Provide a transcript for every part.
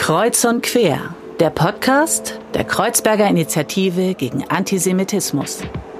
Kreuz und quer, der Podcast der Kreuzberger Initiative gegen Antisemitismus.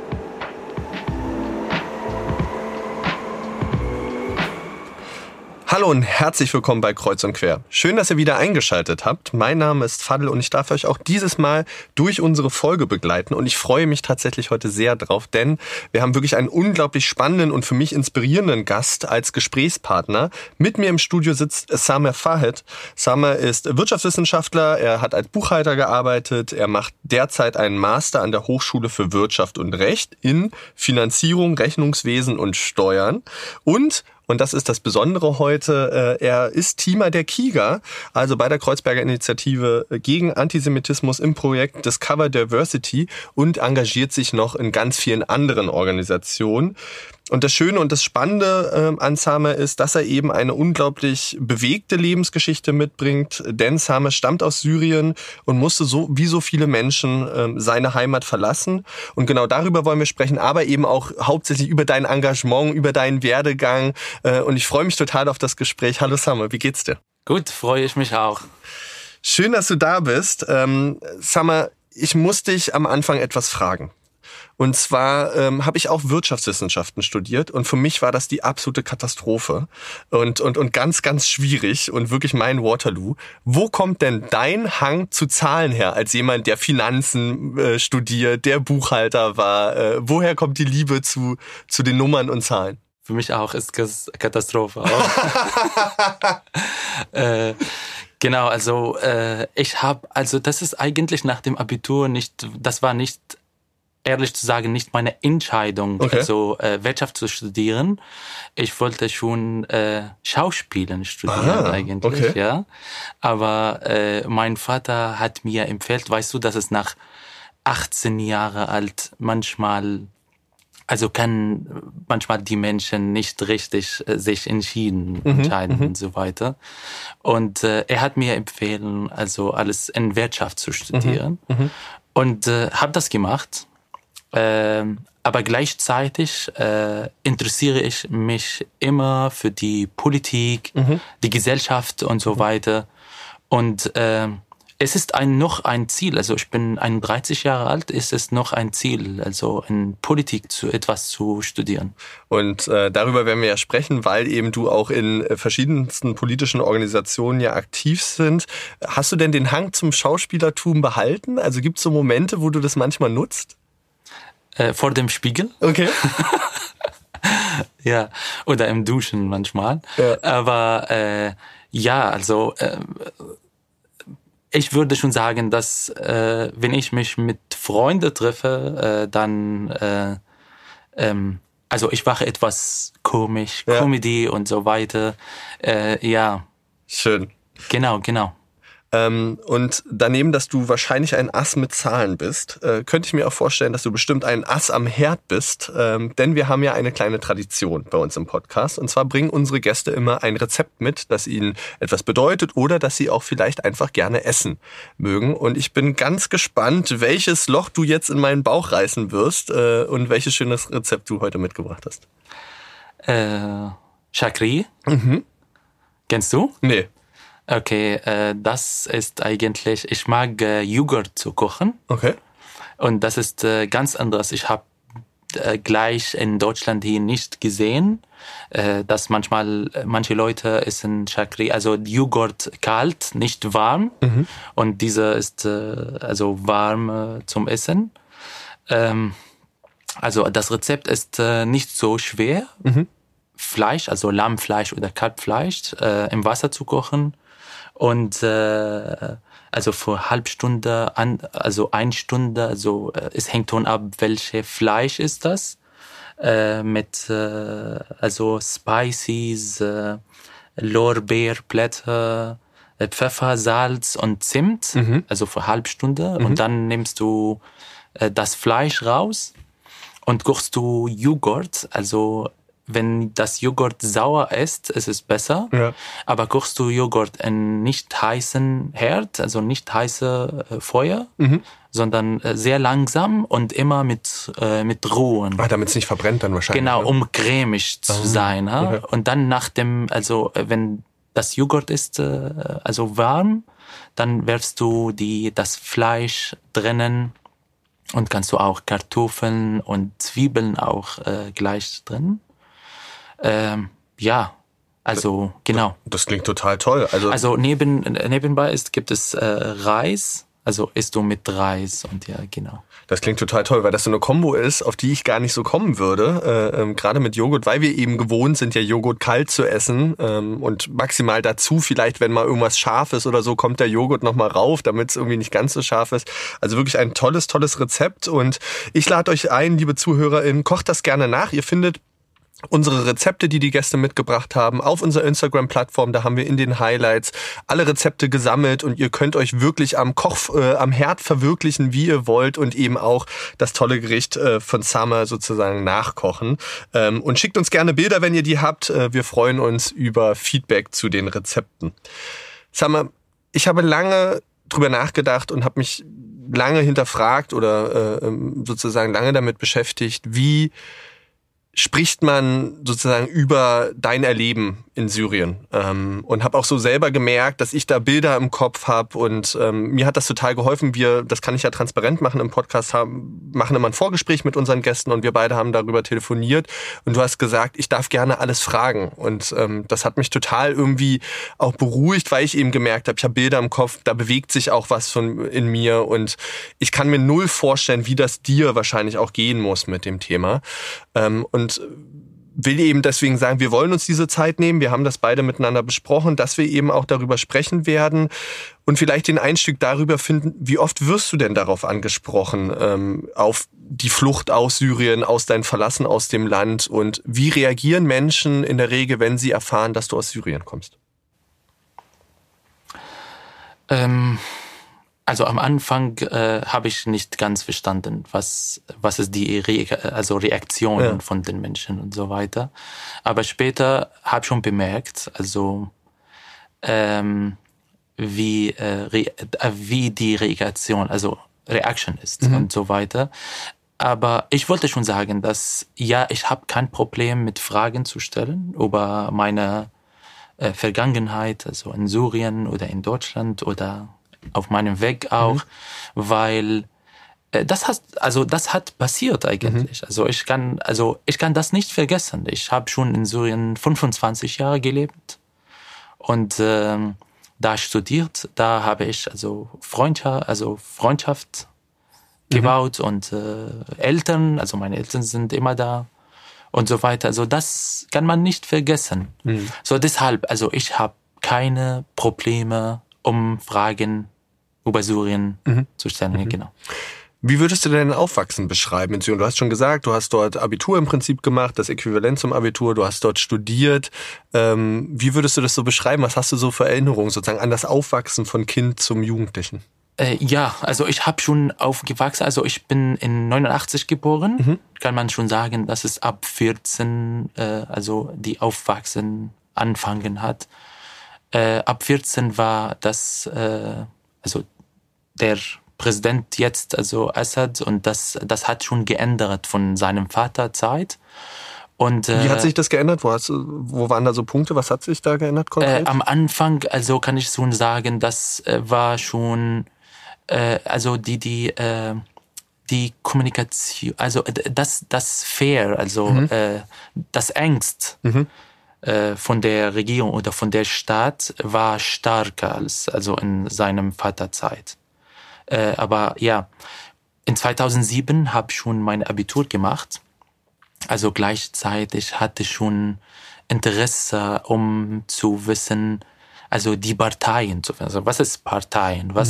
Hallo und herzlich willkommen bei Kreuz und Quer. Schön, dass ihr wieder eingeschaltet habt. Mein Name ist Fadl und ich darf euch auch dieses Mal durch unsere Folge begleiten. Und ich freue mich tatsächlich heute sehr drauf, denn wir haben wirklich einen unglaublich spannenden und für mich inspirierenden Gast als Gesprächspartner. Mit mir im Studio sitzt Samer Fahed. Samer ist Wirtschaftswissenschaftler, er hat als Buchhalter gearbeitet, er macht derzeit einen Master an der Hochschule für Wirtschaft und Recht in Finanzierung, Rechnungswesen und Steuern. Und das ist das Besondere heute, er ist Teamer der KIGA, also bei der Kreuzberger Initiative gegen Antisemitismus im Projekt Discover Diversity und engagiert sich noch in ganz vielen anderen Organisationen. Und das Schöne und das Spannende an Samer ist, dass er eben eine unglaublich bewegte Lebensgeschichte mitbringt, denn Samer stammt aus Syrien und musste so wie so viele Menschen seine Heimat verlassen. Und genau darüber wollen wir sprechen, aber eben auch hauptsächlich über dein Engagement, über deinen Werdegang. Und ich freue mich total auf das Gespräch. Hallo Samer, wie geht's dir? Gut, freue ich mich auch. Schön, dass du da bist. Samer, ich muss dich am Anfang etwas fragen. Und zwar habe ich auch Wirtschaftswissenschaften studiert und für mich war das die absolute Katastrophe und ganz, ganz schwierig und wirklich mein Waterloo. Wo kommt denn dein Hang zu Zahlen her als jemand, der Finanzen studiert, der Buchhalter war? Woher kommt die Liebe zu den Nummern und Zahlen? Für mich auch ist es Katastrophe. Auch. Genau, also das ist eigentlich nach dem Abitur ehrlich zu sagen, nicht meine Entscheidung, okay. Also Wirtschaft zu studieren. Ich wollte schon Schauspielen studieren eigentlich, okay. Ja. Aber mein Vater hat mir empfohlen, weißt du, dass es nach 18 Jahre alt manchmal die Menschen nicht richtig sich entscheiden und so weiter. Und er hat mir empfohlen, also alles in Wirtschaft zu studieren. Und habe das gemacht. Aber gleichzeitig interessiere ich mich immer für die Politik, die Gesellschaft und so weiter. Und es ist noch ein Ziel, also ich bin 31 Jahre alt, ist es noch ein Ziel, also in Politik etwas zu studieren. Und darüber werden wir ja sprechen, weil eben du auch in verschiedensten politischen Organisationen ja aktiv sind. Hast du denn den Hang zum Schauspielertum behalten? Also gibt es so Momente, wo du das manchmal nutzt? Vor dem Spiegel. Okay. Ja, oder im Duschen manchmal. Ja. Aber ich würde schon sagen, dass wenn ich mich mit Freunden treffe, dann ich mache etwas komisch, ja. Comedy und so weiter. Ja. Schön. Genau. Und daneben, dass du wahrscheinlich ein Ass mit Zahlen bist, könnte ich mir auch vorstellen, dass du bestimmt ein Ass am Herd bist, denn wir haben ja eine kleine Tradition bei uns im Podcast. Und zwar bringen unsere Gäste immer ein Rezept mit, das ihnen etwas bedeutet oder das sie auch vielleicht einfach gerne essen mögen. Und ich bin ganz gespannt, welches Loch du jetzt in meinen Bauch reißen wirst und welches schönes Rezept du heute mitgebracht hast. Chakri? Kennst du? Nee. Okay, das ist eigentlich, ich mag Joghurt zu kochen. Okay. Und das ist ganz anders. Ich habe gleich in Deutschland hier nicht gesehen, dass manche Leute essen Chakri, also Joghurt kalt, nicht warm. Und dieser ist warm zum Essen. Also das Rezept ist nicht so schwer. Fleisch, also Lammfleisch oder Kalbfleisch, im Wasser zu kochen. Und also für halbe Stunde also 1 Stunde, also es hängt davon ab, welche Fleisch ist das, mit Spices, Lorbeerblätter, Pfeffer, Salz und Zimt, also für halbe Stunde. Und dann nimmst du das Fleisch raus und kochst du Joghurt, also wenn das Joghurt sauer ist, ist es besser. Ja. Aber kochst du Joghurt in nicht heißen Herd, also nicht heiße Feuer, sondern sehr langsam und immer mit Ruhen. Damit es nicht verbrennt dann wahrscheinlich. Genau, ne? um cremig zu sein. Okay. Und dann wenn das Joghurt ist also warm, dann wirfst du das Fleisch drinnen und kannst du auch Kartoffeln und Zwiebeln auch gleich drin. Ja, also genau. Das klingt total toll. Also nebenbei gibt es Reis. Also isst du mit Reis und ja, genau. Das klingt total toll, weil das so eine Kombo ist, auf die ich gar nicht so kommen würde. Gerade mit Joghurt, weil wir eben gewohnt sind, ja Joghurt kalt zu essen. Und maximal dazu vielleicht, wenn mal irgendwas scharf ist oder so, kommt der Joghurt nochmal rauf, damit es irgendwie nicht ganz so scharf ist. Also wirklich ein tolles Rezept. Und ich lade euch ein, liebe ZuhörerInnen, kocht das gerne nach. Ihr findet unsere Rezepte, die Gäste mitgebracht haben, auf unserer Instagram-Plattform. Da haben wir in den Highlights alle Rezepte gesammelt und ihr könnt euch wirklich am Herd verwirklichen, wie ihr wollt und eben auch das tolle Gericht von Summer sozusagen nachkochen. Und schickt uns gerne Bilder, wenn ihr die habt. Wir freuen uns über Feedback zu den Rezepten. Summer, ich habe lange drüber nachgedacht und habe mich lange hinterfragt oder sozusagen lange damit beschäftigt, wie spricht man sozusagen über dein Erleben in Syrien und habe auch so selber gemerkt, dass ich da Bilder im Kopf habe und mir hat das total geholfen. Das kann ich ja transparent machen im Podcast, machen immer ein Vorgespräch mit unseren Gästen und wir beide haben darüber telefoniert und du hast gesagt, ich darf gerne alles fragen und das hat mich total irgendwie auch beruhigt, weil ich eben gemerkt habe, ich habe Bilder im Kopf, da bewegt sich auch was in mir und ich kann mir null vorstellen, wie das dir wahrscheinlich auch gehen muss mit dem Thema. Und will eben deswegen sagen, wir wollen uns diese Zeit nehmen. Wir haben das beide miteinander besprochen, dass wir eben auch darüber sprechen werden und vielleicht den Einstieg darüber finden, wie oft wirst du denn darauf angesprochen, auf die Flucht aus Syrien, aus dein Verlassen aus dem Land und wie reagieren Menschen in der Regel, wenn sie erfahren, dass du aus Syrien kommst? Also am Anfang habe ich nicht ganz verstanden, was ist die Reaktion von den Menschen und so weiter. Aber später habe ich schon bemerkt, also wie die Reaction ist und so weiter. Aber ich wollte schon sagen, dass ja, ich habe kein Problem mit Fragen zu stellen über meine Vergangenheit, also in Syrien oder in Deutschland oder auf meinem Weg auch, weil das hat passiert eigentlich. Also ich kann das nicht vergessen. Ich habe schon in Syrien 25 Jahre gelebt und da studiert. Da habe ich Freundschaft gebaut und Eltern, also meine Eltern sind immer da und so weiter. Also das kann man nicht vergessen. So deshalb, also ich habe keine Probleme, um Fragen über Syrien zu stellen, genau. Wie würdest du dein Aufwachsen beschreiben in Syrien? Du hast schon gesagt, du hast dort Abitur im Prinzip gemacht, das Äquivalent zum Abitur, du hast dort studiert. Wie würdest du das so beschreiben? Was hast du so für Erinnerungen sozusagen an das Aufwachsen von Kind zum Jugendlichen? Ja, also ich habe schon aufgewachsen, also ich bin in 89 geboren, kann man schon sagen, dass es ab 14, also die Aufwachsen anfangen hat. Ab 14 war das, also der Präsident jetzt, also Assad, und das hat schon geändert von seinem Vaterzeit. Und, wie hat sich das geändert? Wo waren da so Punkte? Was hat sich da geändert konkret? Am Anfang, also kann ich schon sagen, das war schon, also die Kommunikation, also das Fair, also das Angst von der Regierung oder von der Staat war stärker als also in seinem Vaterzeit. Aber ja, in 2007 habe ich schon mein Abitur gemacht. Also gleichzeitig hatte ich schon Interesse, um zu wissen, also die Parteien zu wissen. Also was ist Parteien? Was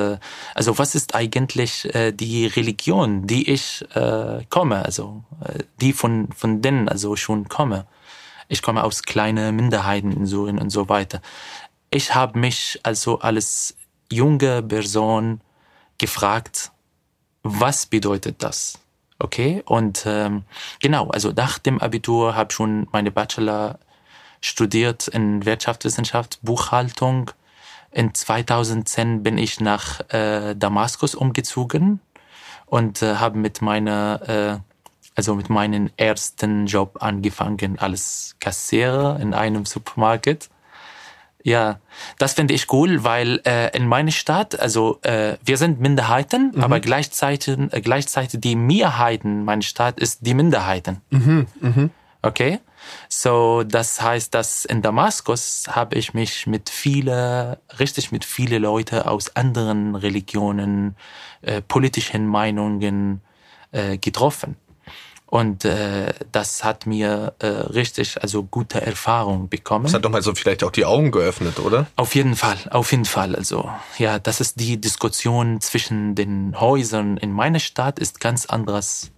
ist eigentlich die Religion, die ich komme? Also die von denen also schon komme. Ich komme aus kleinen Minderheiten in Syrien und so weiter. Ich habe mich also als junge Person gefragt, was bedeutet das? Okay, und genau, also nach dem Abitur habe ich schon meine Bachelor studiert in Wirtschaftswissenschaft, Buchhaltung. In 2010 bin ich nach Damaskus umgezogen und habe mit meinem ersten Job angefangen als Kassierer in einem Supermarkt. Ja, das finde ich cool, weil in meiner Stadt, also wir sind Minderheiten, aber gleichzeitig die Mehrheiten meiner Stadt ist die Minderheiten. Okay? So, das heißt, dass in Damaskus habe ich mich mit viele Leute aus anderen Religionen, politischen Meinungen getroffen. Und das hat mir richtig, also gute Erfahrung bekommen. Das hat doch mal so vielleicht auch die Augen geöffnet, oder? Auf jeden Fall. Also ja, das ist die Diskussion zwischen den Häusern in meiner Stadt ist ganz anders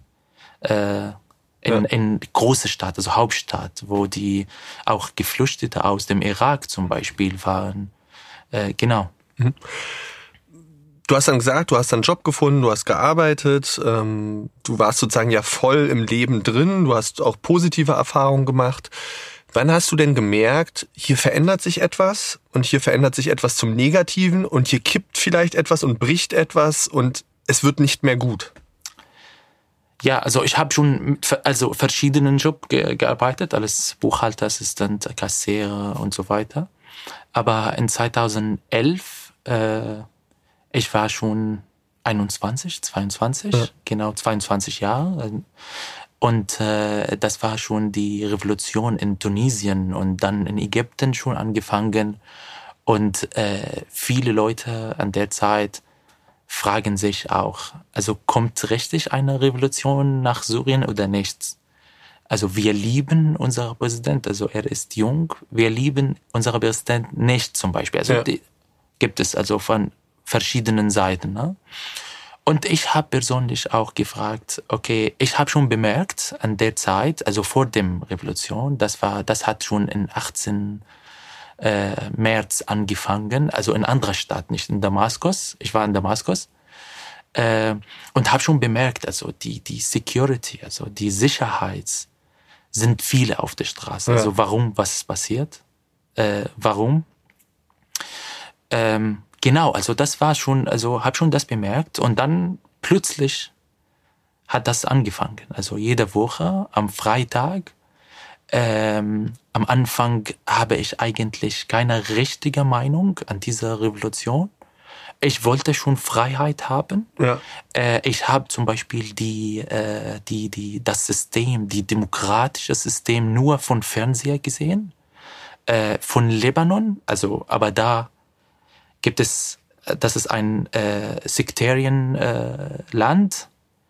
in große Stadt, also Hauptstadt, wo die auch Geflüchtete aus dem Irak zum Beispiel waren. Genau. Du hast dann gesagt, du hast dann einen Job gefunden, du hast gearbeitet, du warst sozusagen ja voll im Leben drin, du hast auch positive Erfahrungen gemacht. Wann hast du denn gemerkt, hier verändert sich etwas und hier verändert sich etwas zum Negativen und hier kippt vielleicht etwas und bricht etwas und es wird nicht mehr gut? Ja, also ich habe schon verschiedenen Jobs gearbeitet, als Buchhalterassistent, Kassierer und so weiter. Aber in 2011 ich war schon 22, genau 22 Jahre. Und das war schon die Revolution in Tunesien und dann in Ägypten schon angefangen. Und viele Leute an der Zeit fragen sich auch, also kommt richtig eine Revolution nach Syrien oder nicht? Also wir lieben unseren Präsident, also er ist jung, wir lieben unseren Präsident nicht zum Beispiel. Also die gibt es also von verschiedenen Seiten. Ne? Und ich habe persönlich auch gefragt, okay, ich habe schon bemerkt an der Zeit, also vor dem Revolution, das hat schon in 18 März angefangen, also in anderer Stadt, nicht in Damaskus. Ich war in Damaskus und habe schon bemerkt, also die Security, also die Sicherheit, sind viele auf der Straße. Ja. Also warum, was ist passiert? Warum? Genau, also das war schon, also habe schon das bemerkt und dann plötzlich hat das angefangen. Also jede Woche am Freitag, am Anfang habe ich eigentlich keine richtige Meinung an dieser Revolution. Ich wollte schon Freiheit haben. Ja. Ich habe zum Beispiel das System, die demokratische System nur von Fernseher gesehen, von Libanon, also aber da gibt es, das ist ein Sektarien-Land.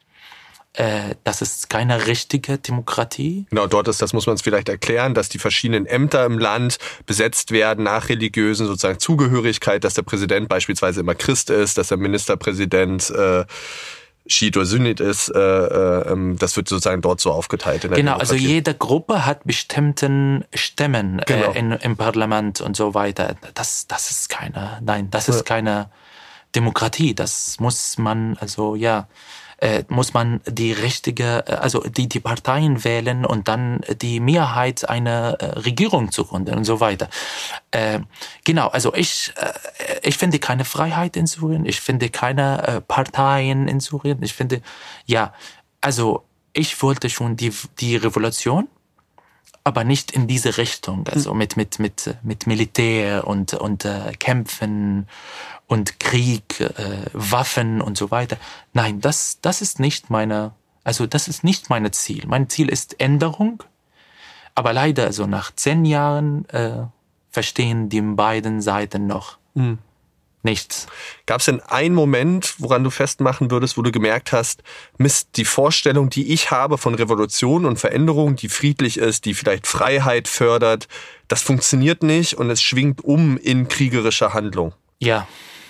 Das ist keine richtige Demokratie. Genau, dort ist, das muss man es vielleicht erklären, dass die verschiedenen Ämter im Land besetzt werden nach religiösen sozusagen Zugehörigkeit, dass der Präsident beispielsweise immer Christ ist, dass der Ministerpräsident Schiit oder Sunnit ist. Das wird sozusagen dort so aufgeteilt. In der genau, Demokratie. Also jede Gruppe hat bestimmten Stimmen im Parlament und so weiter. Das ist keine Demokratie. Das muss man, muss man die richtige, also die Parteien wählen und dann die Mehrheit einer Regierung zu gründen und so weiter. Genau, also ich finde keine Freiheit in Syrien, ich finde keine Parteien in Syrien, ich finde, also ich wollte schon die Revolution, aber nicht in diese Richtung, also mit Militär und Kämpfen und Krieg, Waffen und so weiter. Nein, das ist nicht meine Ziel. Mein Ziel ist Änderung, aber leider, also nach 10 Jahren verstehen die beiden Seiten noch nichts. Gab es denn einen Moment, woran du festmachen würdest, wo du gemerkt hast, Mist, die Vorstellung, die ich habe von Revolution und Veränderung, die friedlich ist, die vielleicht Freiheit fördert, das funktioniert nicht und es schwingt um in kriegerische Handlung? Ja,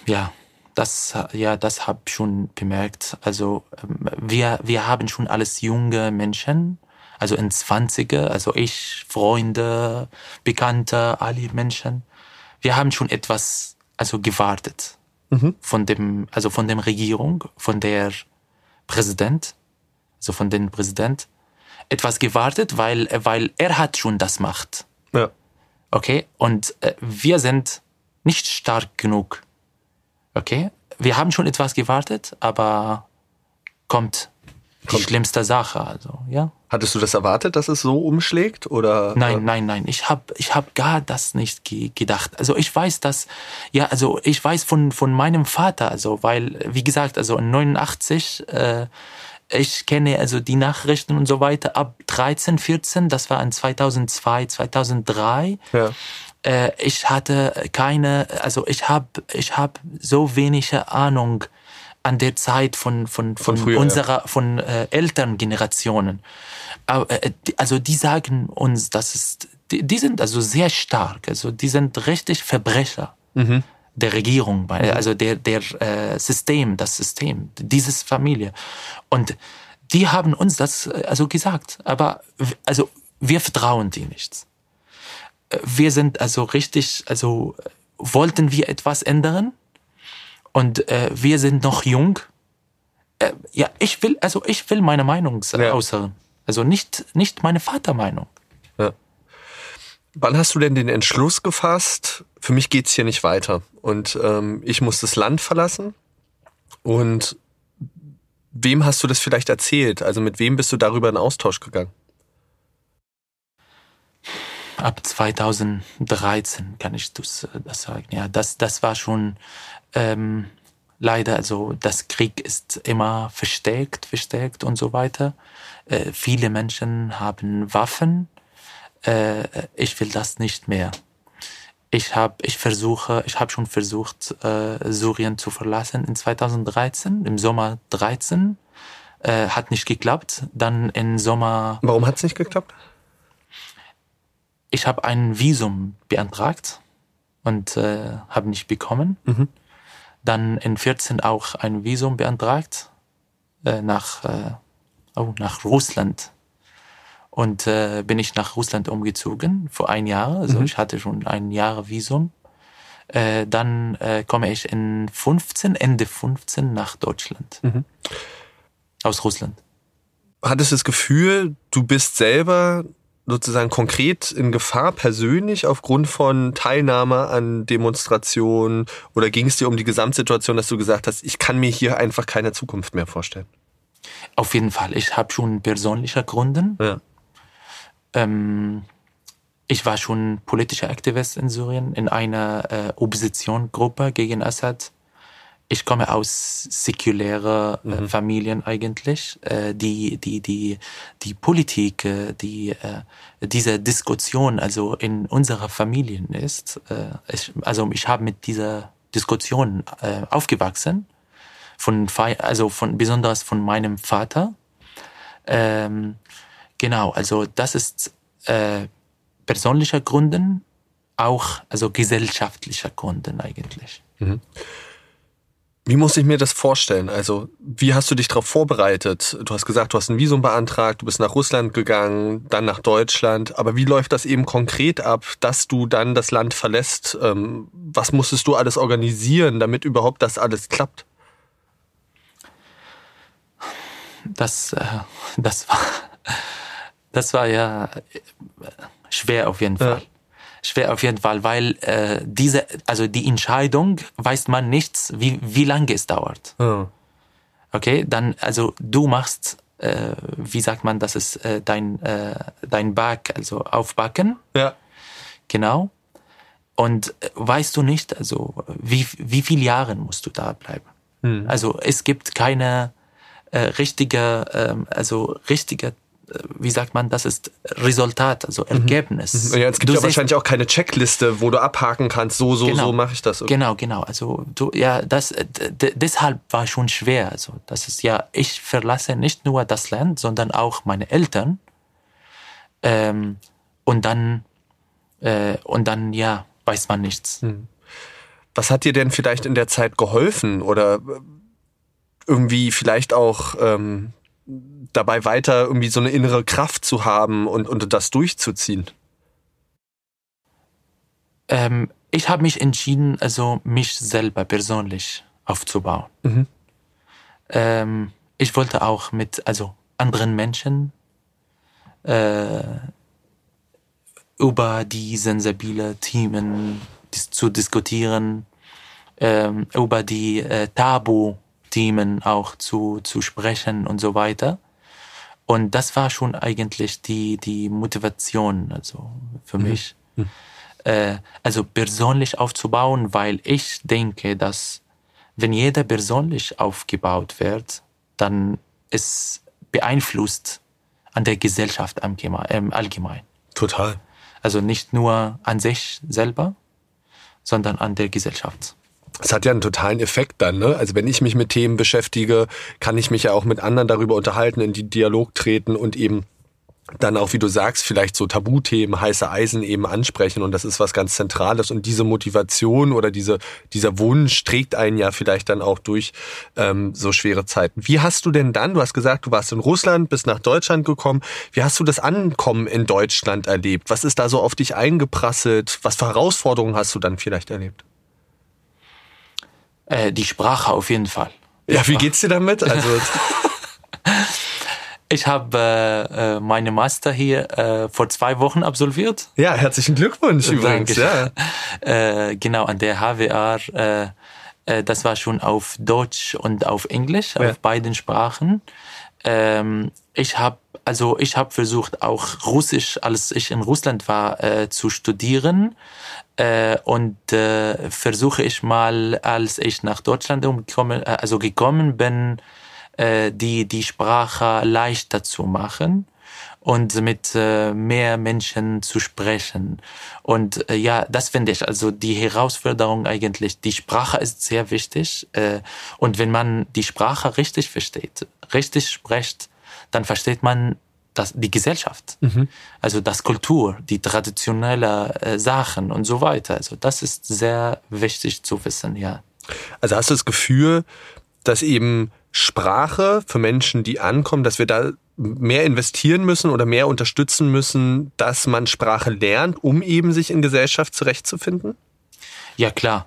das habe ich schon bemerkt. Also wir haben schon alles junge Menschen, also in 20er, also ich, Freunde, Bekannte, alle Menschen. Wir haben schon etwas gewartet von dem Regierung, von der Präsident, also von dem Präsident, etwas gewartet, weil er hat schon das Macht. Ja. Okay? Und wir sind nicht stark genug. Okay? Wir haben schon etwas gewartet, aber kommt die schlimmste Sache. Also, ja. Hattest du das erwartet, dass es so umschlägt? Oder? Nein. Ich hab gar das nicht gedacht. Also ich weiß ich weiß von meinem Vater, also weil, wie gesagt, also in 89, ich kenne also die Nachrichten und so weiter ab 13, 14, das war in 2002, 2003. Ja. Ich hatte ich hab so wenige Ahnung an der Zeit von unserer, von Elterngenerationen. Also die sagen uns, die sind also sehr stark, also die sind richtig Verbrecher der Regierung, also der System, dieses Familie. Und die haben uns das also gesagt, aber also wir vertrauen die nicht. Wir sind also richtig, also wollten wir etwas ändern? Und wir sind noch jung. Ich will meine Meinung äußern. Also nicht meine Vatermeinung. Ja. Wann hast du denn den Entschluss gefasst, für mich geht's hier nicht weiter und ich muss das Land verlassen? Und wem hast du das vielleicht erzählt? Also mit wem bist du darüber in Austausch gegangen? Ab 2013 kann ich das sagen. Ja, das war schon leider, also das Krieg ist immer verstärkt und so weiter. Viele Menschen haben Waffen. Ich will das nicht mehr. Ich habe schon versucht, Syrien zu verlassen in 2013, im Sommer 13. Hat nicht geklappt. Dann im Sommer... Warum hat es nicht geklappt? Ich habe ein Visum beantragt und habe nicht bekommen. Mhm. Dann in 14 auch ein Visum beantragt nach Russland. Und bin ich nach Russland umgezogen vor 1 Jahr. Also ich hatte schon 1 Jahr Visum. Dann komme ich Ende 15 nach Deutschland. Mhm. Aus Russland. Hattest du das Gefühl, du bist selber sozusagen konkret in Gefahr persönlich aufgrund von Teilnahme an Demonstrationen, oder ging es dir um die Gesamtsituation, dass du gesagt hast, ich kann mir hier einfach keine Zukunft mehr vorstellen? Auf jeden Fall. Ich habe schon persönliche Gründe. Ja. Ich war schon politischer Aktivist in Syrien, in einer Oppositionsgruppe gegen Assad. Ich komme aus säkulären Familien eigentlich. Die Politik, diese Diskussion also in unserer Familien ist. Ich habe mit dieser Diskussion aufgewachsen, besonders von meinem Vater. Genau, also das ist persönlicher Gründen, auch also gesellschaftlicher Gründen eigentlich. Mhm. Wie muss ich mir das vorstellen? Also, wie hast du dich darauf vorbereitet? Du hast gesagt, du hast ein Visum beantragt, du bist nach Russland gegangen, dann nach Deutschland. Aber wie läuft das eben konkret ab, dass du dann das Land verlässt? Was musstest du alles organisieren, damit überhaupt das alles klappt? Das war ja schwer auf jeden Fall. Ja. Schwer auf jeden Fall, weil die Entscheidung weiß man nicht, wie lange es dauert. Oh. Okay, dann, also du machst, wie sagt man, das ist dein Back, also aufbacken. Ja. Genau. Und weißt du nicht, also wie viele Jahre musst du da bleiben? Hm. Also es gibt keine richtige, wie sagt man, das ist Resultat, also Ergebnis. Ja, es gibt ja wahrscheinlich auch keine Checkliste, wo du abhaken kannst, so mache ich das. Okay. Genau. Also deshalb war schon schwer. Also das ist ja, ich verlasse nicht nur das Land, sondern auch meine Eltern. Und dann weiß man nichts. Was hat dir denn vielleicht in der Zeit geholfen oder irgendwie vielleicht auch dabei weiter irgendwie so eine innere Kraft zu haben und das durchzuziehen? Ich habe mich entschieden, also mich selber persönlich aufzubauen. Mhm. Ich wollte auch mit anderen Menschen über die sensiblen Themen zu diskutieren, über die Tabu-Themen auch zu sprechen und so weiter. Und das war schon eigentlich die Motivation, also für mich. Also persönlich aufzubauen, weil ich denke, dass wenn jeder persönlich aufgebaut wird, dann ist beeinflusst an der Gesellschaft allgemein. Total. Also nicht nur an sich selber, sondern an der Gesellschaft. Es hat ja einen totalen Effekt dann, ne? Also wenn ich mich mit Themen beschäftige, kann ich mich ja auch mit anderen darüber unterhalten, in die Dialog treten und eben dann auch, wie du sagst, vielleicht so Tabuthemen, heiße Eisen eben ansprechen und das ist was ganz Zentrales und diese Motivation oder dieser Wunsch trägt einen ja vielleicht dann auch durch so schwere Zeiten. Wie hast du denn dann, du hast gesagt, du warst in Russland, bist nach Deutschland gekommen, wie hast du das Ankommen in Deutschland erlebt? Was ist da so auf dich eingeprasselt? Was für Herausforderungen hast du dann vielleicht erlebt? Die Sprache auf jeden Fall. Ja, wie geht's dir damit? Also ich habe meine Master hier vor 2 Wochen absolviert. Ja, herzlichen Glückwunsch übrigens. Ja. Genau, an der HWR. Das war schon auf Deutsch und auf Englisch, auf beiden Sprachen. Ich habe versucht, auch Russisch, als ich in Russland war, zu studieren. Und versuche ich mal, als ich nach Deutschland gekommen bin, die Sprache leichter zu machen und mit mehr Menschen zu sprechen. Und das finde ich, also die Herausforderung eigentlich, die Sprache ist sehr wichtig. Und wenn man die Sprache richtig versteht, richtig spricht, dann versteht man die Gesellschaft, also das Kultur, die traditionelle Sachen und so weiter. Also das ist sehr wichtig zu wissen, ja. Also hast du das Gefühl, dass eben Sprache für Menschen, die ankommen, dass wir da mehr investieren müssen oder mehr unterstützen müssen, dass man Sprache lernt, um eben sich in Gesellschaft zurechtzufinden? Ja klar,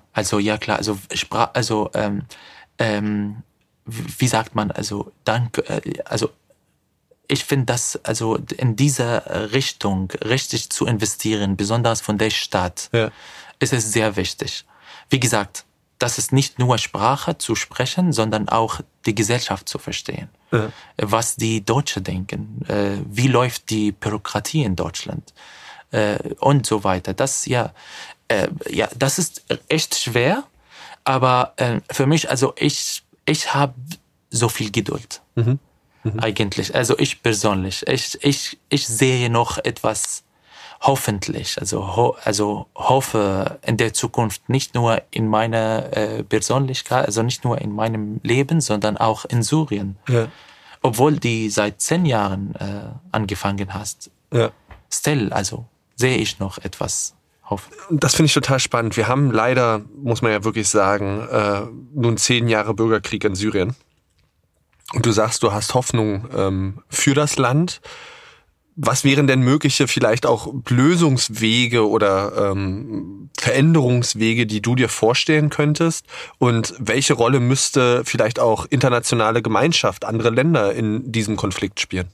wie sagt man, also danke, ich finde das, also in dieser Richtung richtig zu investieren, besonders von der Stadt, ist es sehr wichtig. Wie gesagt, das ist nicht nur Sprache zu sprechen, sondern auch die Gesellschaft zu verstehen. Ja. Was die Deutschen denken, wie läuft die Bürokratie in Deutschland und so weiter. Das das ist echt schwer, aber für mich, also ich habe so viel Geduld. Eigentlich, also ich persönlich, ich sehe noch etwas, hoffentlich, also hoffe in der Zukunft nicht nur in meiner Persönlichkeit, also nicht nur in meinem Leben, sondern auch in Syrien. Ja. Obwohl die seit 10 Jahren angefangen hast. Ja. Still, also sehe ich noch etwas. Das finde ich total spannend. Wir haben leider, muss man ja wirklich sagen, nun 10 Jahre Bürgerkrieg in Syrien. Und du sagst, du hast Hoffnung für das Land. Was wären denn mögliche vielleicht auch Lösungswege oder Veränderungswege, die du dir vorstellen könntest? Und welche Rolle müsste vielleicht auch internationale Gemeinschaft, andere Länder in diesem Konflikt spielen?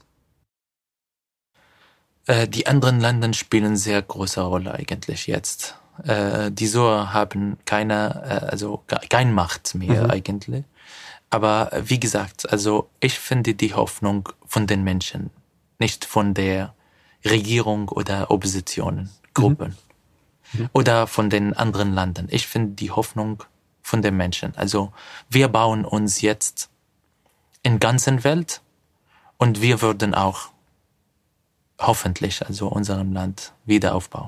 Die anderen Länder spielen sehr große Rolle eigentlich jetzt. Die Syrer haben keine Macht mehr eigentlich. Aber wie gesagt, also ich finde die Hoffnung von den Menschen, nicht von der Regierung oder Oppositionengruppen oder von den anderen Ländern. Ich finde die Hoffnung von den Menschen. Also wir bauen uns jetzt in der ganzen Welt und wir würden auch hoffentlich also unserem Land wieder aufbauen.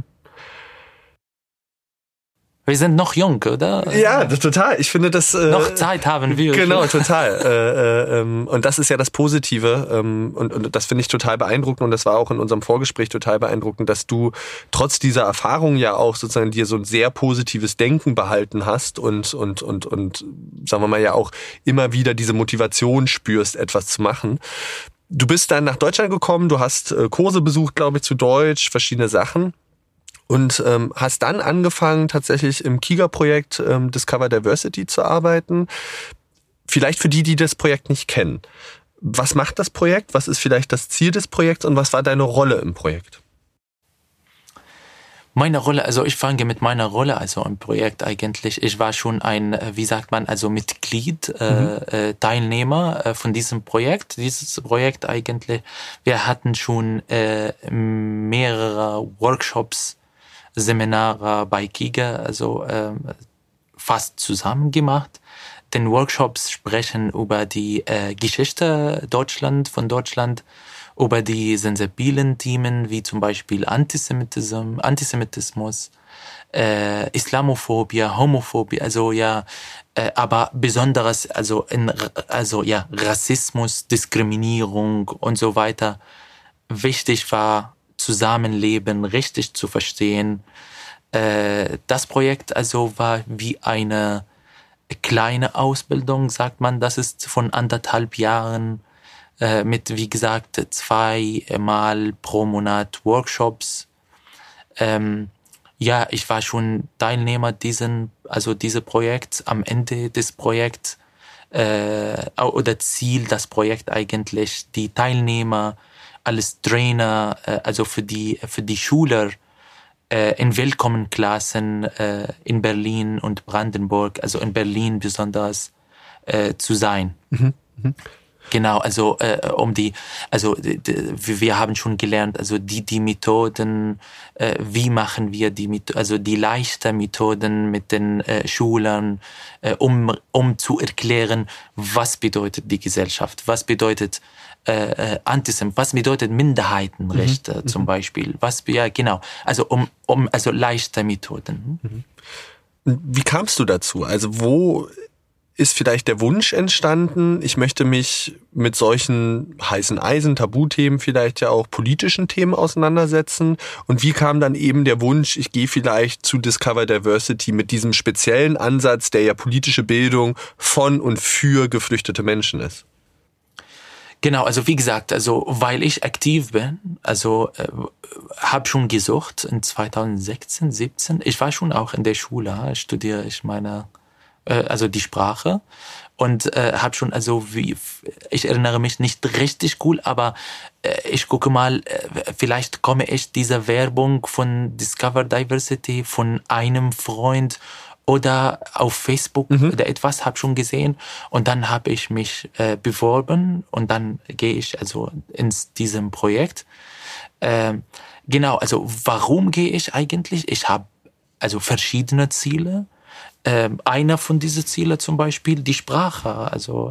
Wir sind noch jung, oder? Ja, total. Ich finde das... noch Zeit haben wir. Genau, total. Und das ist ja das Positive. Und das finde ich total beeindruckend. Und das war auch in unserem Vorgespräch total beeindruckend, dass du trotz dieser Erfahrung ja auch sozusagen dir so ein sehr positives Denken behalten hast und sagen wir mal ja auch immer wieder diese Motivation spürst, etwas zu machen. Du bist dann nach Deutschland gekommen, du hast Kurse besucht, glaube ich, zu Deutsch, verschiedene Sachen. Und hast dann angefangen, tatsächlich im KIGA-Projekt Discover Diversity zu arbeiten. Vielleicht für die das Projekt nicht kennen. Was macht das Projekt? Was ist vielleicht das Ziel des Projekts? Und was war deine Rolle im Projekt? Meine Rolle, also ich fange mit meiner Rolle, also im Projekt eigentlich. Ich war schon ein, wie sagt man, also Mitglied, Teilnehmer von diesem Projekt. Dieses Projekt eigentlich, wir hatten schon mehrere Workshops, Seminare bei KIGA, also fast zusammen gemacht. Den Workshops sprechen über die Geschichte von Deutschland, über die sensiblen Themen wie zum Beispiel Antisemitismus, Islamophobie, Homophobie, also aber besonderes, Rassismus, Diskriminierung und so weiter. Wichtig war, Zusammenleben richtig zu verstehen. Das Projekt also war wie eine kleine Ausbildung, sagt man. Das ist von 1,5 Jahren mit, wie gesagt, 2-mal pro Monat Workshops. Ich war schon Teilnehmer dieses Projekts. Am Ende des Projekts oder Ziel das Projekt eigentlich, die Teilnehmer als Trainer, also für die Schüler in Willkommenklassen in Berlin und Brandenburg, also in Berlin besonders zu sein. Genau, also wir haben schon gelernt, also die Methoden, wie machen wir die leichten Methoden mit den Schülern, um zu erklären, was bedeutet die Gesellschaft, was bedeutet was bedeutet Minderheitenrechte zum Beispiel, also also leichte Methoden. Wie kamst du dazu? Also wo ist vielleicht der Wunsch entstanden, ich möchte mich mit solchen heißen Eisen, Tabuthemen, vielleicht ja auch politischen Themen auseinandersetzen? Und wie kam dann eben der Wunsch, ich gehe vielleicht zu Discover Diversity mit diesem speziellen Ansatz, der ja politische Bildung von und für geflüchtete Menschen ist? Genau, also wie gesagt, also weil ich aktiv bin, also habe schon gesucht in 2016, 17. Ich war schon auch in der Schule, studiere ich die Sprache und habe schon, ich erinnere mich nicht richtig cool, aber ich gucke mal, vielleicht komme ich dieser Werbung von Discover Diversity von einem Freund oder auf Facebook oder etwas, habe schon gesehen und dann habe ich mich beworben und dann gehe ich also in diesem Projekt. Genau, also warum gehe ich eigentlich? Ich habe also verschiedene Ziele. Einer von diesen Zielen zum Beispiel die Sprache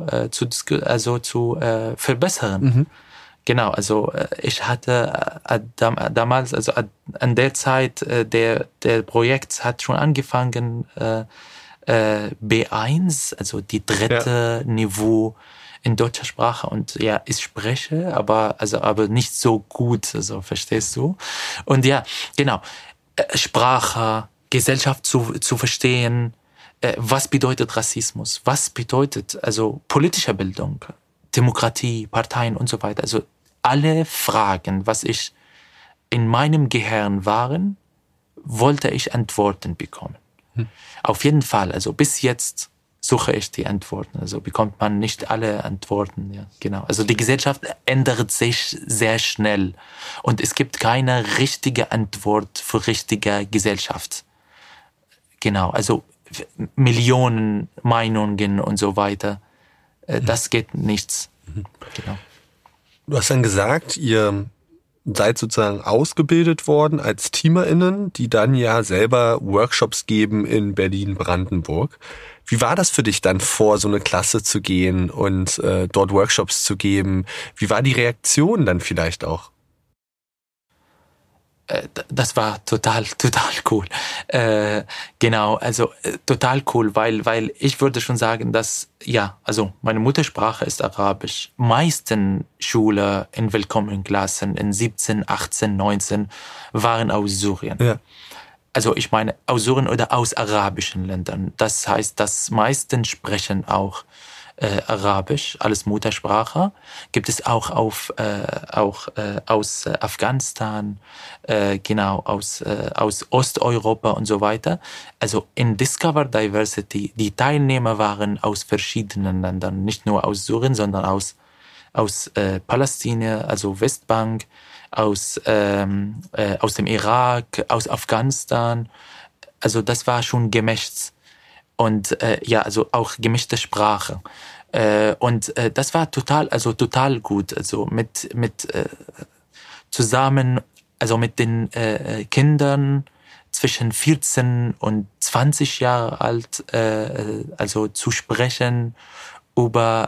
zu verbessern. Genau, also ich hatte damals, also an der Zeit, der Projekt hat schon angefangen, B1, also die dritte Niveau in deutscher Sprache und ich spreche, aber nicht so gut, also verstehst du? Und genau, Sprache, Gesellschaft zu verstehen, was bedeutet Rassismus, was bedeutet also politische Bildung, Demokratie, Parteien und so weiter. Also alle Fragen, was ich in meinem Gehirn waren, wollte ich Antworten bekommen. Auf jeden Fall, also bis jetzt suche ich die Antworten. Also bekommt man nicht alle Antworten. Ja, genau. Also die Gesellschaft ändert sich sehr schnell und es gibt keine richtige Antwort für richtige Gesellschaft. Genau, also Millionen Meinungen und so weiter. Das geht nichts. Genau. Du hast dann gesagt, ihr seid sozusagen ausgebildet worden als TeamerInnen, die dann ja selber Workshops geben in Berlin-Brandenburg. Wie war das für dich dann, vor so eine Klasse zu gehen und dort Workshops zu geben? Wie war die Reaktion dann vielleicht auch? Das war total cool. Genau, also total cool, weil ich würde schon sagen, dass, also meine Muttersprache ist Arabisch. Meisten Schüler in Willkommenklassen in 17, 18, 19 waren aus Syrien. Ja. Also ich meine aus Syrien oder aus arabischen Ländern. Das heißt, dass meisten sprechen auch Arabisch als Muttersprache. Gibt es auch aus Afghanistan, genau, aus Osteuropa und so weiter. Also in Discover Diversity, die Teilnehmer waren aus verschiedenen Ländern, nicht nur aus Syrien, sondern aus aus Palästina, also Westbank, aus dem Irak, aus Afghanistan. Also das war schon gemischt. Und also auch gemischte Sprache. Und das war total gut. Also mit zusammen, also mit den Kindern zwischen 14 und 20 Jahre alt, also zu sprechen über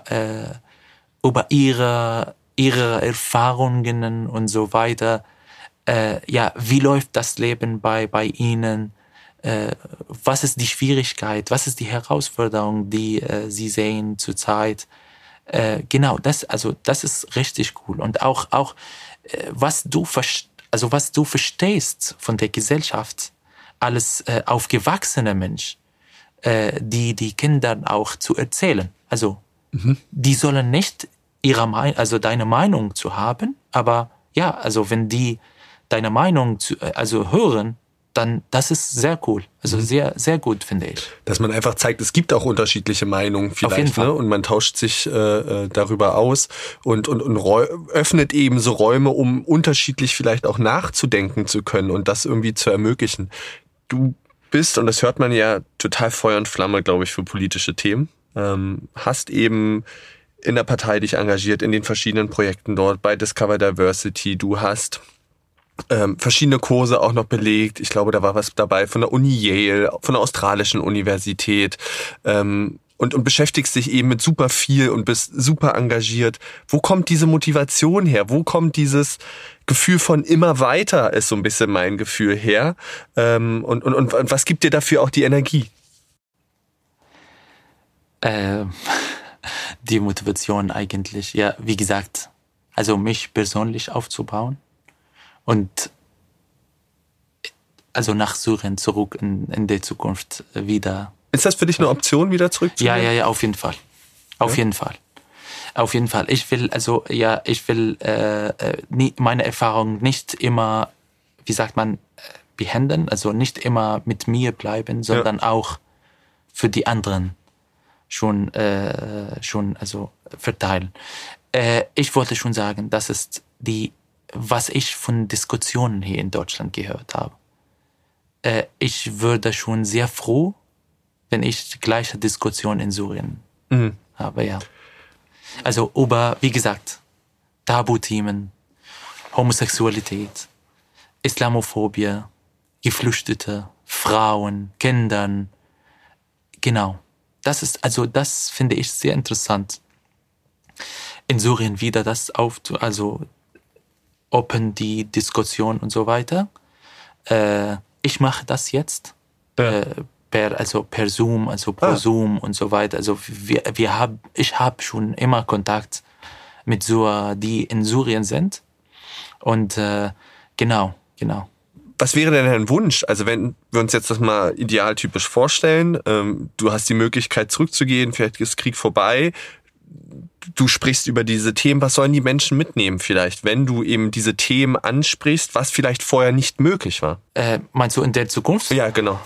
ihre Erfahrungen und so weiter. Wie läuft das Leben bei ihnen? Was ist die Schwierigkeit? Was ist die Herausforderung, die sie sehen zurzeit? Genau, das ist richtig cool. Und auch was du verstehst von der Gesellschaft als aufgewachsener Mensch, die Kindern auch zu erzählen. Also die sollen nicht deine Meinung zu haben, aber ja, also wenn die deine Meinung hören, dann das ist sehr cool. Also sehr, sehr gut, finde ich. Dass man einfach zeigt, es gibt auch unterschiedliche Meinungen vielleicht. Auf jeden Fall. Ne? Und man tauscht sich darüber aus und öffnet eben so Räume, um unterschiedlich vielleicht auch nachzudenken zu können und das irgendwie zu ermöglichen. Du bist, und das hört man ja, total Feuer und Flamme, glaube ich, für politische Themen. Hast eben in der Partei dich engagiert, in den verschiedenen Projekten dort, bei Discover Diversity. Du hast verschiedene Kurse auch noch belegt. Ich glaube, da war was dabei von der Uni Yale, von der australischen Universität, und beschäftigst dich eben mit super viel und bist super engagiert. Wo kommt diese Motivation her? Wo kommt dieses Gefühl von immer weiter, ist so ein bisschen mein Gefühl her? Und was gibt dir dafür auch die Energie? Die Motivation eigentlich, ja, wie gesagt, also mich persönlich aufzubauen. Und also nach Syrien zurück in der Zukunft wieder. Ist das für dich eine Option, wieder zurückzugehen? Ja, auf jeden Fall. Auf jeden Fall. Ich will meine Erfahrung nicht immer, wie sagt man, behindern, also nicht immer mit mir bleiben, sondern auch für die anderen schon verteilen. Ich wollte schon sagen, das ist was ich von Diskussionen hier in Deutschland gehört habe. Ich würde schon sehr froh, wenn ich die gleiche Diskussion in Syrien habe, ja. Also wie gesagt, Tabuthemen, Homosexualität, Islamophobie, Geflüchtete, Frauen, Kindern. Genau. Das finde ich sehr interessant. In Syrien wieder open die Diskussion und so weiter. Ich mache das jetzt per Zoom, pro Zoom und so weiter. Also ich habe schon immer Kontakt mit Syrer, die in Syrien sind. Und genau. Was wäre denn dein Wunsch? Also wenn wir uns jetzt das mal idealtypisch vorstellen, du hast die Möglichkeit zurückzugehen, vielleicht ist Krieg vorbei, du sprichst über diese Themen, was sollen die Menschen mitnehmen vielleicht, wenn du eben diese Themen ansprichst, was vielleicht vorher nicht möglich war? Meinst du in der Zukunft? Ja, genau.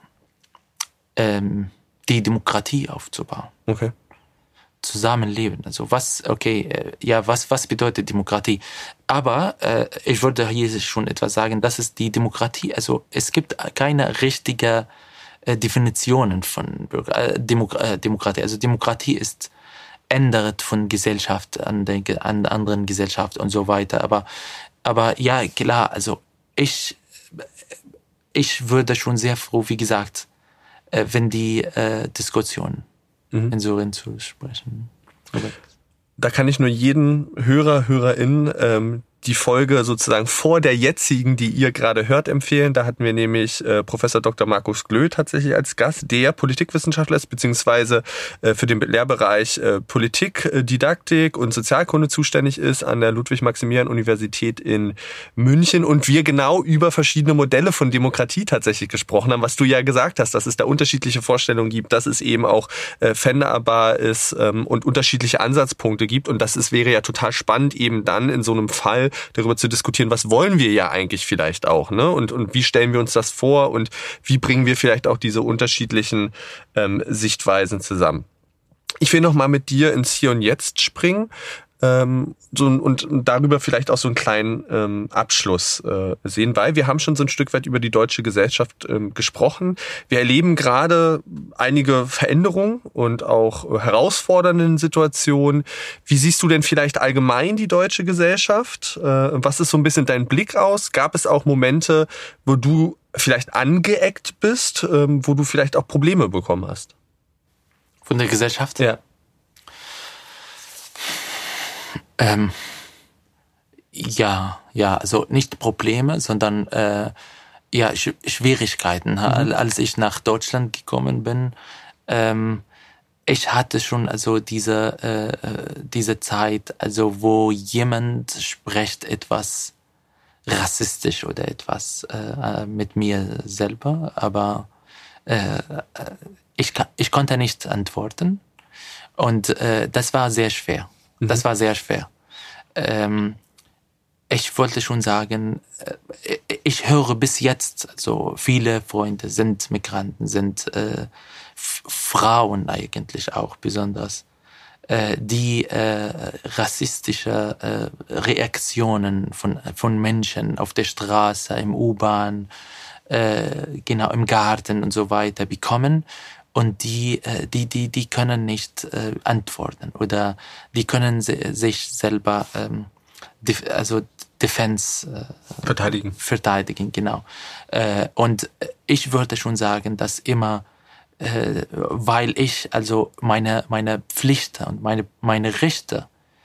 Die Demokratie aufzubauen. Okay. Zusammenleben. Also was bedeutet Demokratie? Aber ich würde hier schon etwas sagen, das ist die Demokratie. Also es gibt keine richtige Definitionen von Demokratie. Also Demokratie ist ändert von Gesellschaft an anderen Gesellschaft und so weiter. Aber ja, klar, also ich würde schon sehr froh, wie gesagt, wenn die Diskussion in Syrien zu sprechen. Da kann ich nur jeden Hörerin die Folge sozusagen vor der jetzigen, die ihr gerade hört, empfehlen. Da hatten wir nämlich Professor Dr. Markus Glö tatsächlich als Gast, der Politikwissenschaftler ist, beziehungsweise für den Lehrbereich Politik, Didaktik und Sozialkunde zuständig ist an der Ludwig-Maximilian-Universität in München. Und wir genau über verschiedene Modelle von Demokratie tatsächlich gesprochen haben, was du ja gesagt hast, dass es da unterschiedliche Vorstellungen gibt, dass es eben auch veränderbar ist und unterschiedliche Ansatzpunkte gibt. Und wäre ja total spannend, eben dann in so einem Fall darüber zu diskutieren, was wollen wir ja eigentlich vielleicht auch, ne? Und wie stellen wir uns das vor und wie bringen wir vielleicht auch diese unterschiedlichen Sichtweisen zusammen. Ich will noch mal mit dir ins Hier und Jetzt springen. und darüber vielleicht auch so einen kleinen Abschluss sehen, weil wir haben schon so ein Stück weit über die deutsche Gesellschaft gesprochen. Wir erleben gerade einige Veränderungen und auch herausfordernde Situationen. Wie siehst du denn vielleicht allgemein die deutsche Gesellschaft? Was ist so ein bisschen dein Blick aus? Gab es auch Momente, wo du vielleicht angeeckt bist, wo du vielleicht auch Probleme bekommen hast? Von der Gesellschaft? Ja. Ja, also nicht Probleme, sondern Schwierigkeiten. Als ich nach Deutschland gekommen bin, ich hatte schon also diese Zeit, also wo jemand spricht etwas rassistisch oder etwas mit mir selber, aber ich konnte nicht antworten und das war sehr schwer. Das war sehr schwer. Ich wollte schon sagen, ich höre bis jetzt, also viele Freunde sind Migranten, sind Frauen eigentlich auch besonders, die rassistische Reaktionen von Menschen auf der Straße, im U-Bahn, genau im Garten und so weiter bekommen. Und die können nicht antworten oder die können sich selber Defense verteidigen, genau. Und ich würde schon sagen, dass immer, weil ich also meine Pflichten und meine Rechte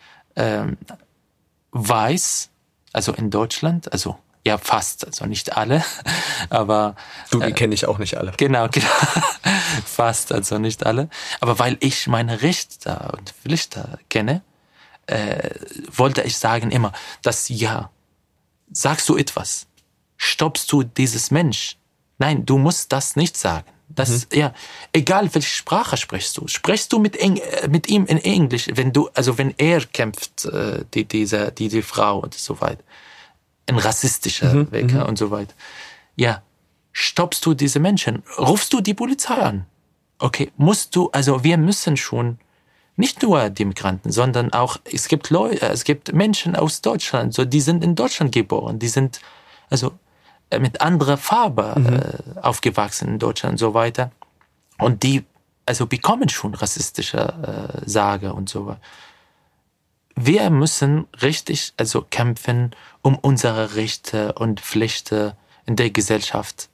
weiß, also in Deutschland, also ja, fast, also nicht alle, aber... Du, die kenne ich auch nicht alle. Genau, fast, also nicht alle. Aber weil ich meine Rechte und Pflichten kenne, wollte ich sagen immer, dass ja, sagst du etwas, stoppst du dieses Mensch? Nein, du musst das nicht sagen. Das, ja, egal welche Sprache sprichst du mit ihm in Englisch, wenn er kämpft, die Frau und so weiter. In rassistischer Weg und so weiter. Ja, stoppst du diese Menschen? Rufst du die Polizei an? Okay, wir müssen schon, nicht nur die Migranten, sondern auch, es gibt Menschen aus Deutschland, so, die sind in Deutschland geboren, die sind, also, mit anderer Farbe aufgewachsen in Deutschland und so weiter. Und die, also, bekommen schon rassistische Sage und so weiter. Wir müssen richtig, also kämpfen, um unsere Rechte und Pflichten in der Gesellschaft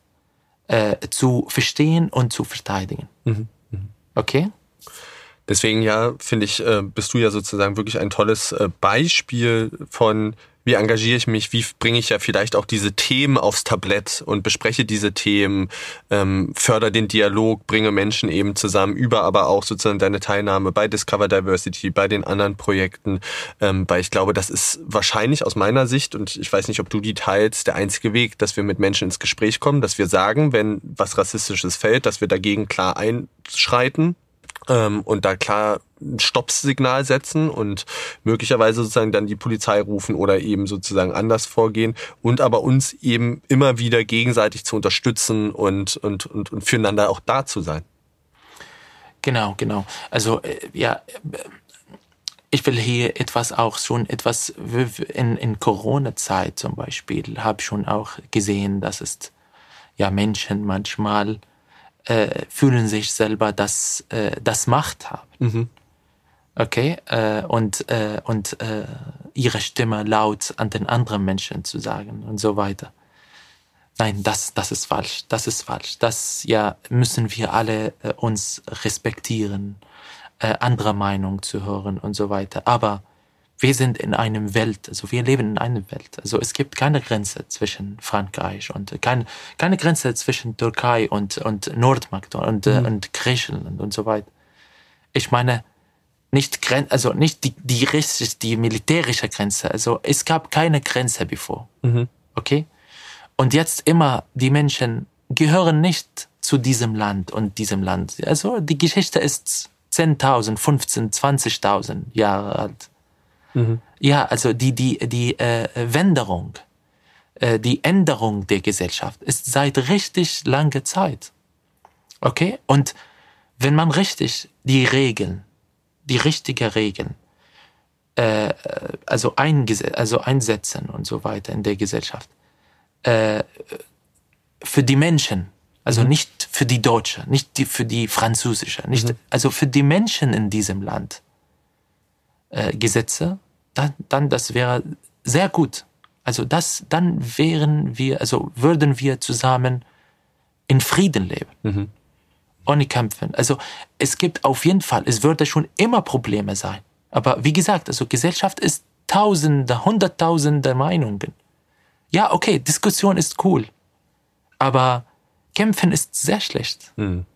zu verstehen und zu verteidigen. Okay? Deswegen ja, finde ich, bist du ja sozusagen wirklich ein tolles Beispiel von, wie engagiere ich mich, wie bringe ich ja vielleicht auch diese Themen aufs Tablett und bespreche diese Themen, fördere den Dialog, bringe Menschen eben zusammen, über aber auch sozusagen deine Teilnahme bei Discover Diversity, bei den anderen Projekten, weil ich glaube, das ist wahrscheinlich aus meiner Sicht, und ich weiß nicht, ob du die teilst, der einzige Weg, dass wir mit Menschen ins Gespräch kommen, dass wir sagen, wenn was Rassistisches fällt, dass wir dagegen klar einschreiten, und da klar ein Stoppsignal setzen und möglicherweise sozusagen dann die Polizei rufen oder eben sozusagen anders vorgehen und aber uns eben immer wieder gegenseitig zu unterstützen und füreinander auch da zu sein. Genau. Also ja, ich will hier etwas in Corona-Zeit zum Beispiel, habe schon auch gesehen, dass es ja Menschen manchmal fühlen sich selber, dass Macht haben. Okay? Und ihre Stimme laut an den anderen Menschen zu sagen und so weiter. Nein, das ist falsch. Das ist falsch. Das ja müssen wir alle uns respektieren, andere Meinung zu hören und so weiter. Aber wir sind in einem Welt, also wir leben in einer Welt. Also es gibt keine Grenze zwischen Frankreich und keine Grenze zwischen Türkei und Nordmazedonien und Griechenland und so weiter. Ich meine, nicht die militärische Grenze. Also es gab keine Grenze bevor. Okay? Und jetzt immer, die Menschen gehören nicht zu diesem Land und diesem Land. Also die Geschichte ist 10.000, 15.000, 20.000 Jahre alt. Ja, also die Wenderung, die Änderung der Gesellschaft ist seit richtig langer Zeit. Okay? Und wenn man richtig die richtigen Regeln also einsetzen und so weiter in der Gesellschaft. Für die Menschen, also nicht für die Deutsche, nicht für die Französische, also für die Menschen in diesem Land Gesetze, dann das wäre sehr gut. Also dann würden wir zusammen in Frieden leben, ohne Kämpfen. Also es gibt auf jeden Fall, es würde schon immer Probleme sein. Aber wie gesagt, also Gesellschaft ist Tausende, Hunderttausende Meinungen. Ja, okay, Diskussion ist cool, aber Kämpfen ist sehr schlecht.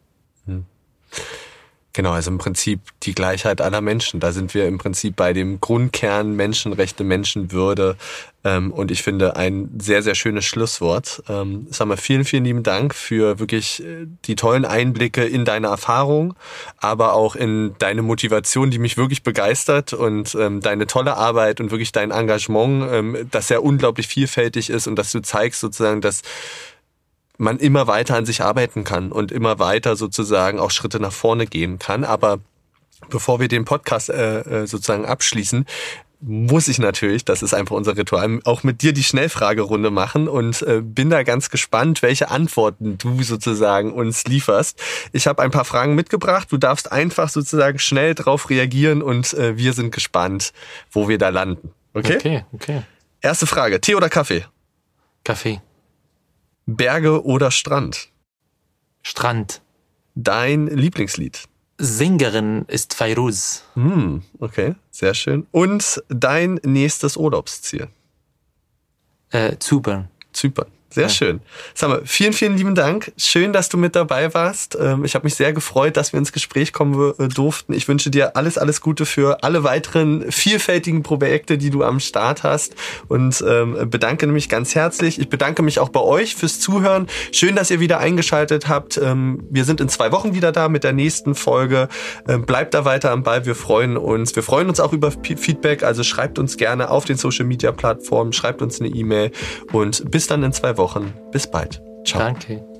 Genau, also im Prinzip die Gleichheit aller Menschen. Da sind wir im Prinzip bei dem Grundkern Menschenrechte, Menschenwürde. Und ich finde ein sehr, sehr schönes Schlusswort. Sag mal, vielen, vielen lieben Dank für wirklich die tollen Einblicke in deine Erfahrung, aber auch in deine Motivation, die mich wirklich begeistert, und deine tolle Arbeit und wirklich dein Engagement, das ja unglaublich vielfältig ist, und dass du zeigst sozusagen, dass man immer weiter an sich arbeiten kann und immer weiter sozusagen auch Schritte nach vorne gehen kann. Aber bevor wir den Podcast sozusagen abschließen, muss ich natürlich, das ist einfach unser Ritual, auch mit dir die Schnellfragerunde machen, und bin da ganz gespannt, welche Antworten du sozusagen uns lieferst. Ich habe ein paar Fragen mitgebracht. Du darfst einfach sozusagen schnell drauf reagieren, und wir sind gespannt, wo wir da landen. Okay? Okay. Erste Frage. Tee oder Kaffee? Kaffee. Berge oder Strand? Strand. Dein Lieblingslied? Sängerin ist Fairuz. Okay, sehr schön. Und dein nächstes Urlaubsziel? Zypern. Zypern. Sehr schön. Sag mal, vielen, vielen lieben Dank. Schön, dass du mit dabei warst. Ich habe mich sehr gefreut, dass wir ins Gespräch kommen durften. Ich wünsche dir alles, alles Gute für alle weiteren vielfältigen Projekte, die du am Start hast, und bedanke mich ganz herzlich. Ich bedanke mich auch bei euch fürs Zuhören. Schön, dass ihr wieder eingeschaltet habt. Wir sind in 2 Wochen wieder da mit der nächsten Folge. Bleibt da weiter am Ball. Wir freuen uns. Wir freuen uns auch über Feedback. Also schreibt uns gerne auf den Social-Media-Plattformen, schreibt uns eine E-Mail, und bis dann in 2 Wochen. Bis bald. Ciao. Danke.